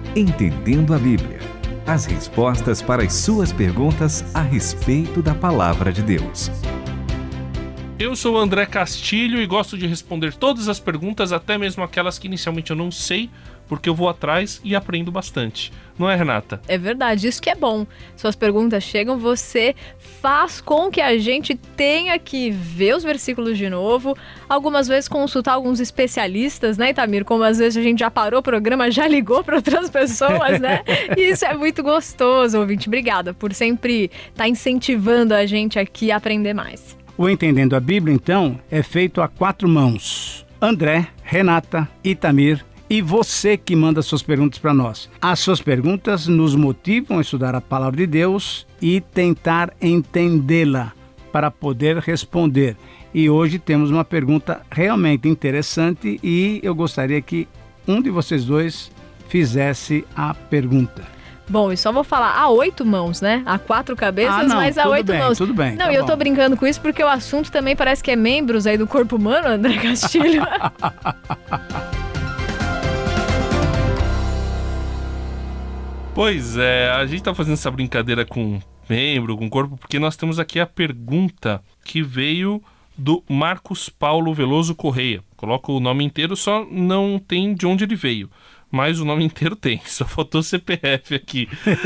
Entendendo a Bíblia. As respostas para as suas perguntas a respeito da Palavra de Deus. Eu sou o André Castilho e gosto de responder todas as perguntas, até mesmo aquelas que inicialmente eu não sei, porque eu vou atrás e aprendo bastante. Não é, Renata? É verdade, isso que é bom. Suas perguntas chegam, você faz com que a gente tenha que ver os versículos de novo, algumas vezes consultar alguns especialistas, né, Itamir? Como às vezes a gente já parou o programa, já ligou para outras pessoas, né? E isso é muito gostoso, ouvinte. Obrigada por sempre estar incentivando a gente aqui a aprender mais. O Entendendo a Bíblia, então, é feito a 4 mãos. André, Renata, Itamir e você que manda suas perguntas para nós. As suas perguntas nos motivam a estudar a Palavra de Deus e tentar entendê-la para poder responder. E hoje temos uma pergunta realmente interessante e eu gostaria que um de vocês dois fizesse a pergunta. Bom, e só vou falar, há 8 mãos, né? Há 4 cabeças, não, mas há 8 mãos. Tudo bem, não, tá e eu bom. tô brincando com isso porque o assunto também parece que é membros aí do corpo humano, André Castilho. Pois é, a gente tá fazendo essa brincadeira com membro, com corpo, porque nós temos aqui a pergunta que veio do Marcos Paulo Veloso Correia. Coloca o nome inteiro, só não tem de onde ele veio. Mas o nome inteiro tem, só faltou CPF aqui.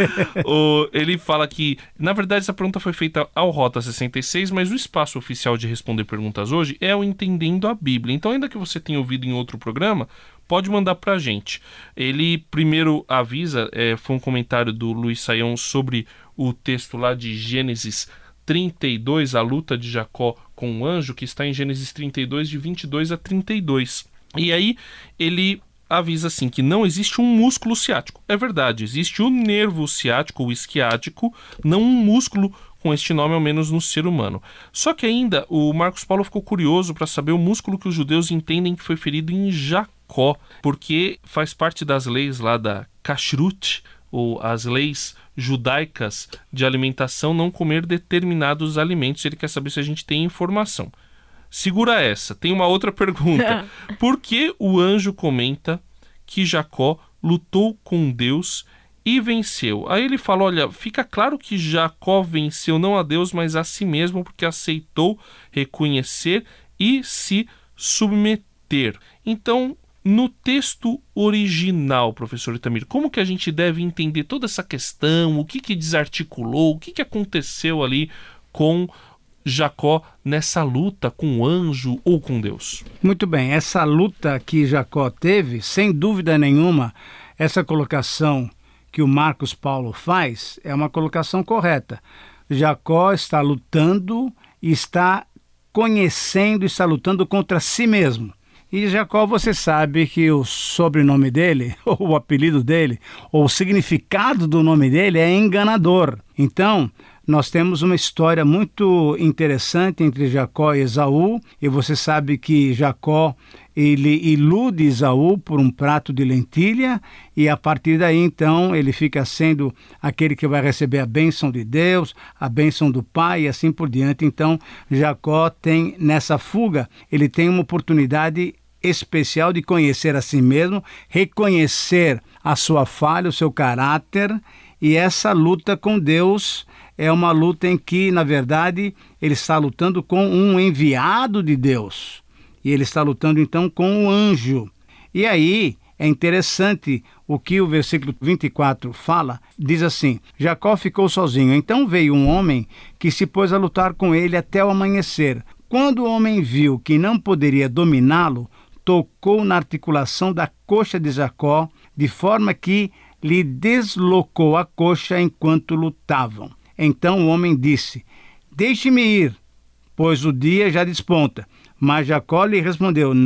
Ele fala que, na verdade, essa pergunta foi feita ao Rota 66, mas o espaço oficial de responder perguntas hoje é o Entendendo a Bíblia. Então, ainda que você tenha ouvido em outro programa, pode mandar pra gente. Ele primeiro avisa, foi um comentário do Luiz Saião sobre o texto lá de Gênesis 32, a luta de Jacó com o anjo, que está em Gênesis 32, de 22 a 32. E aí, ele avisa assim que não existe um músculo ciático. É verdade, existe o nervo ciático, o isquiático, não um músculo com este nome, ao menos no ser humano. Só que ainda o Marcos Paulo ficou curioso para saber o músculo que os judeus entendem que foi ferido em Jacó, porque faz parte das leis lá da Kashrut, ou as leis judaicas de alimentação, não comer determinados alimentos. Ele quer saber se a gente tem informação. Segura essa, tem uma outra pergunta. Por que o anjo comenta que Jacó lutou com Deus e venceu? Aí ele fala, olha, fica claro que Jacó venceu não a Deus, mas a si mesmo, porque aceitou reconhecer e se submeter. Então, no texto original, professor Itamir, como que a gente deve entender toda essa questão? O que desarticulou? O que aconteceu ali com Jacó nessa luta com o anjo ou com Deus? Muito bem, essa luta que Jacó teve, sem dúvida nenhuma, essa colocação que o Marcos Paulo faz é uma colocação correta. Jacó está lutando e está conhecendo, está lutando contra si mesmo. E Jacó, você sabe que o sobrenome dele, ou o apelido dele, ou o significado do nome dele é enganador. Então, nós temos uma história muito interessante entre Jacó e Esaú, e você sabe que Jacó, ele ilude Esaú por um prato de lentilha, e a partir daí, então, ele fica sendo aquele que vai receber a bênção de Deus, a bênção do pai e assim por diante. Então, Jacó tem, nessa fuga, ele tem uma oportunidade especial de conhecer a si mesmo, reconhecer a sua falha, o seu caráter, e essa luta com Deus é uma luta em que, na verdade, ele está lutando com um enviado de Deus. E ele está lutando, então, com um anjo. E aí, é interessante o que o versículo 24 fala. Diz assim, Jacó ficou sozinho. Então veio um homem que se pôs a lutar com ele até o amanhecer. Quando o homem viu que não poderia dominá-lo, tocou na articulação da coxa de Jacó, de forma que lhe deslocou a coxa enquanto lutavam. Então o homem disse, deixe-me ir, pois o dia já desponta. Mas Jacó lhe respondeu,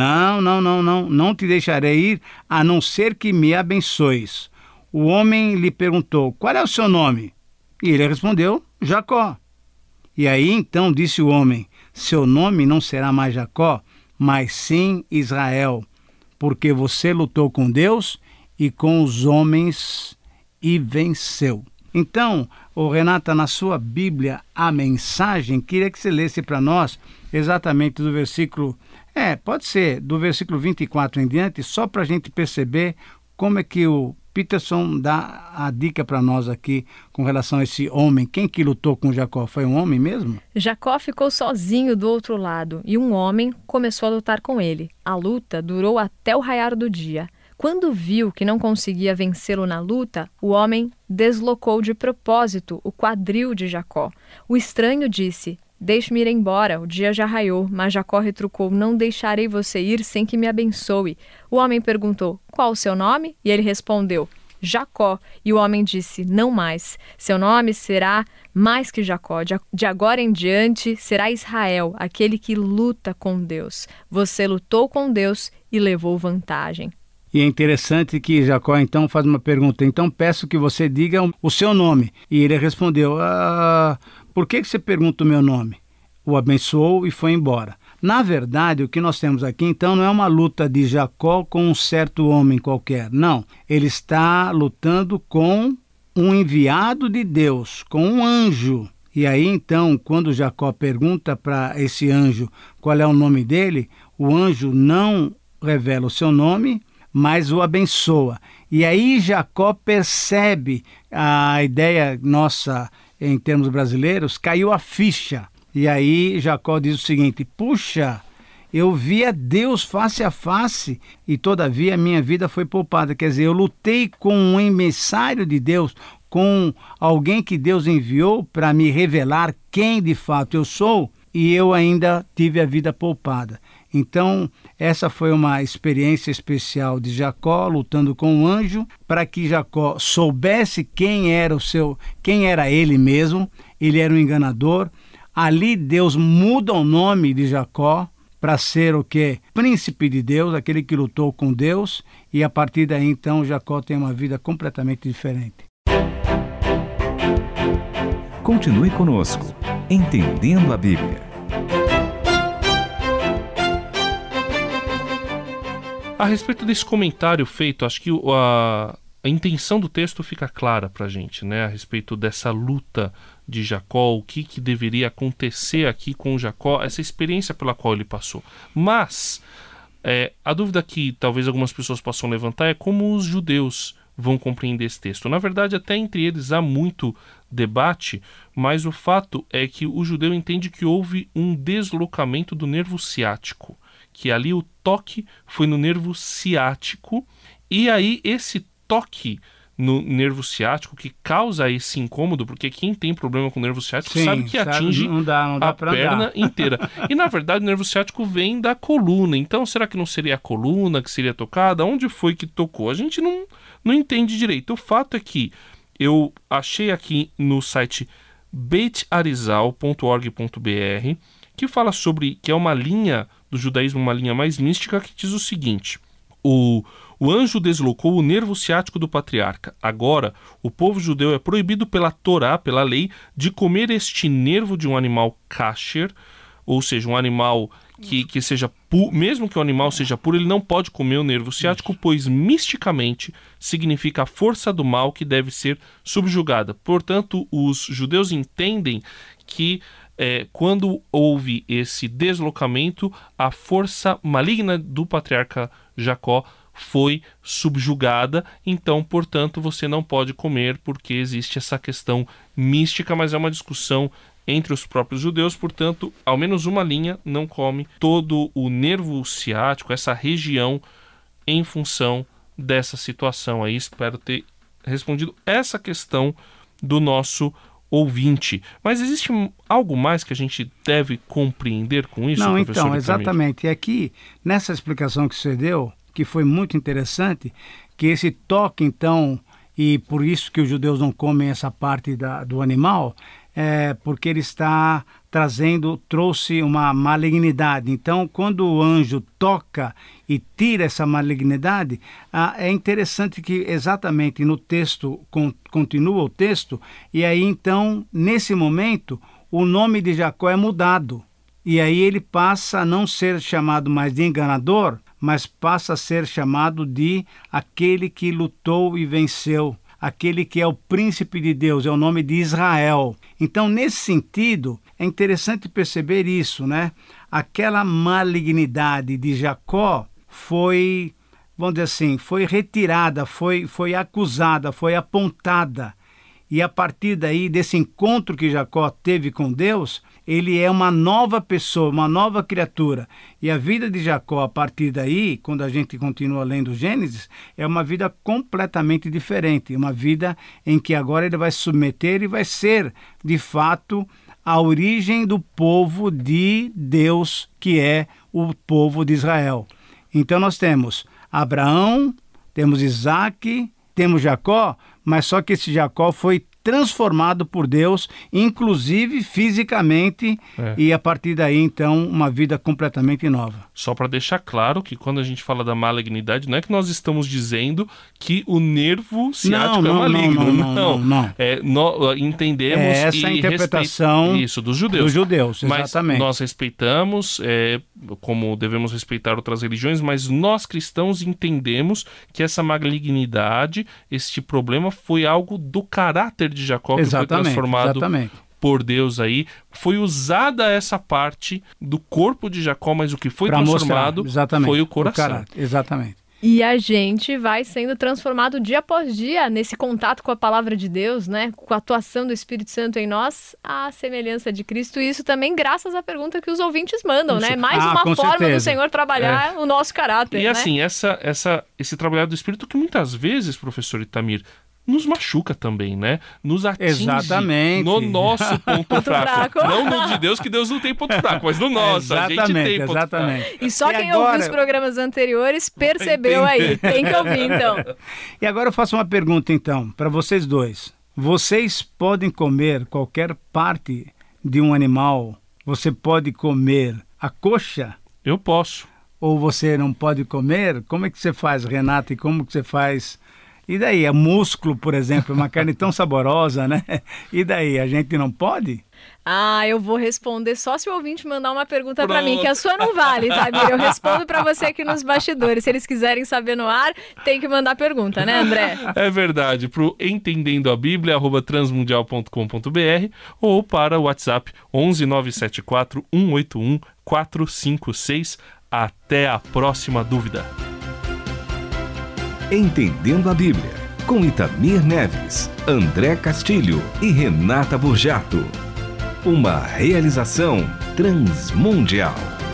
não te deixarei ir, a não ser que me abençoes. O homem lhe perguntou, qual é o seu nome? E ele respondeu, Jacó. E aí então disse o homem, seu nome não será mais Jacó, mas sim Israel, porque você lutou com Deus e com os homens e venceu. Então, Renata, na sua Bíblia, a mensagem, queria que você lesse para nós exatamente do versículo, pode ser do versículo 24 em diante, só para a gente perceber como é que o Peterson dá a dica para nós aqui com relação a esse homem. Quem que lutou com Jacó? Foi um homem mesmo? Jacó ficou sozinho do outro lado e um homem começou a lutar com ele. A luta durou até o raiar do dia. Quando viu que não conseguia vencê-lo na luta, o homem deslocou de propósito o quadril de Jacó. O estranho disse: "Deixe-me ir embora, o dia já raiou." Mas Jacó retrucou: "Não deixarei você ir sem que me abençoe." O homem perguntou: "Qual o seu nome?" E ele respondeu: "Jacó." E o homem disse: "Não mais. Seu nome será mais que Jacó. De agora em diante será Israel, aquele que luta com Deus. Você lutou com Deus e levou vantagem." E é interessante que Jacó então faz uma pergunta: "Então peço que você diga o seu nome." E ele respondeu: "Por que você pergunta o meu nome?" O abençoou e foi embora. Na verdade, o que nós temos aqui então não é uma luta de Jacó com um certo homem qualquer. Não, ele está lutando com um enviado de Deus, com um anjo. E aí então, quando Jacó pergunta para esse anjo qual é o nome dele, o anjo não revela o seu nome, mas o abençoa. E aí Jacó percebe a ideia nossa em termos brasileiros, caiu a ficha. E aí Jacó diz o seguinte: "Puxa, eu vi a Deus face a face e todavia a minha vida foi poupada." Quer dizer, eu lutei com um emissário de Deus, com alguém que Deus enviou para me revelar quem de fato eu sou, e eu ainda tive a vida poupada. Então, essa foi uma experiência especial de Jacó lutando com o anjo, para que Jacó soubesse quem era ele mesmo. Ele era um enganador. Ali Deus muda o nome de Jacó para ser o quê? Príncipe de Deus, aquele que lutou com Deus, e a partir daí então Jacó tem uma vida completamente diferente. Continue conosco, Entendendo a Bíblia. A respeito desse comentário feito, acho que a intenção do texto fica clara para a gente, né? A respeito dessa luta de Jacó, o que deveria acontecer aqui com Jacó, essa experiência pela qual ele passou. Mas a dúvida que talvez algumas pessoas possam levantar é como os judeus vão compreender esse texto. Na verdade, até entre eles há muito debate, mas o fato é que o judeu entende que houve um deslocamento do nervo ciático, que ali o toque foi no nervo ciático, e aí esse toque no nervo ciático que causa esse incômodo, porque quem tem problema com o nervo ciático sabe que atinge não dá a perna inteira. E na verdade o nervo ciático vem da coluna, então será que não seria a coluna que seria tocada? Onde foi que tocou? A gente não entende direito. O fato é que eu achei aqui no site beitarizal.org.br que fala sobre, que é uma linha do judaísmo, uma linha mais mística, que diz o seguinte: o anjo deslocou o nervo ciático do patriarca. Agora, o povo judeu é proibido pela Torá, pela lei, de comer este nervo de um animal kasher, ou seja, um animal que seja puro. Mesmo que o animal seja puro, ele não pode comer o nervo ciático, pois misticamente significa a força do mal que deve ser subjugada. Portanto, os judeus entendem que quando houve esse deslocamento, a força maligna do patriarca Jacó foi subjugada, então, portanto, você não pode comer, porque existe essa questão mística, mas é uma discussão entre os próprios judeus. Portanto, ao menos uma linha não come todo o nervo ciático, essa região, em função dessa situação aí. Espero ter respondido essa questão do nosso ouvinte. Mas existe algo mais que a gente deve compreender com isso, Não, professor? então, exatamente. E aqui, nessa explicação que você deu, que foi muito interessante, que esse toque, então, e por isso que os judeus não comem essa parte do animal, porque ele trouxe uma malignidade. Então, quando o anjo toca e tira essa malignidade, é interessante que exatamente no texto, continua o texto, e aí então, nesse momento, o nome de Jacó é mudado. E aí ele passa a não ser chamado mais de enganador, mas passa a ser chamado de aquele que lutou e venceu, aquele que é o príncipe de Deus, é o nome de Israel. Então, nesse sentido, é interessante perceber isso, né? Aquela malignidade de Jacó foi vamos dizer assim, foi retirada, foi acusada, foi apontada. E a partir daí, desse encontro que Jacó teve com Deus, ele é uma nova pessoa, uma nova criatura. E a vida de Jacó, a partir daí, quando a gente continua lendo Gênesis, é uma vida completamente diferente. Uma vida em que agora ele vai se submeter e vai ser, de fato, a origem do povo de Deus, que é o povo de Israel. Então nós temos Abraão, temos Isaac, temos Jacó, mas só que esse Jacó foi transformado por Deus, inclusive fisicamente, e a partir daí, então, uma vida completamente nova. Só para deixar claro que quando a gente fala da malignidade, não é que nós estamos dizendo que o nervo ciático é maligno. Não. Entendemos essa e interpretação isso dos judeus. Dos judeus, exatamente. Mas nós respeitamos, como devemos respeitar outras religiões, mas nós cristãos entendemos que essa malignidade, este problema, foi algo do caráter de Jacó, que foi transformado por Deus aí. Foi usada essa parte do corpo de Jacó, mas o que foi transformado foi o coração. Exatamente. E a gente vai sendo transformado dia após dia nesse contato com a palavra de Deus, né? Com a atuação do Espírito Santo em nós, à semelhança de Cristo. E isso também graças à pergunta que os ouvintes mandam, né? Mais uma forma do Senhor trabalhar o nosso caráter, E né? assim, esse trabalhar do Espírito que muitas vezes, professor Itamir, nos machuca também, né? Nos atinge no nosso ponto fraco. Não no de Deus, que Deus não tem ponto fraco, mas no nosso, a gente tem ponto fraco. E só quem ouviu os programas anteriores percebeu aí. Tem que ouvir, então. E agora eu faço uma pergunta, então, para vocês dois. Vocês podem comer qualquer parte de um animal? Você pode comer a coxa? Eu posso. Ou você não pode comer? Como é que você faz, Renata? E como que você faz... E daí, é músculo, por exemplo, uma carne tão saborosa, né? E daí, a gente não pode? Eu vou responder só se o ouvinte mandar uma pergunta para mim, que a sua não vale, Tamir. Eu respondo para você aqui nos bastidores. Se eles quiserem saber no ar, tem que mandar pergunta, né, André? É verdade. Pro Entendendo a Bíblia, @transmundial.com.br ou para o WhatsApp 11 974 181 456. Até a próxima dúvida. Entendendo a Bíblia, com Itamir Neves, André Castilho e Renata Burjato. Uma realização Transmundial.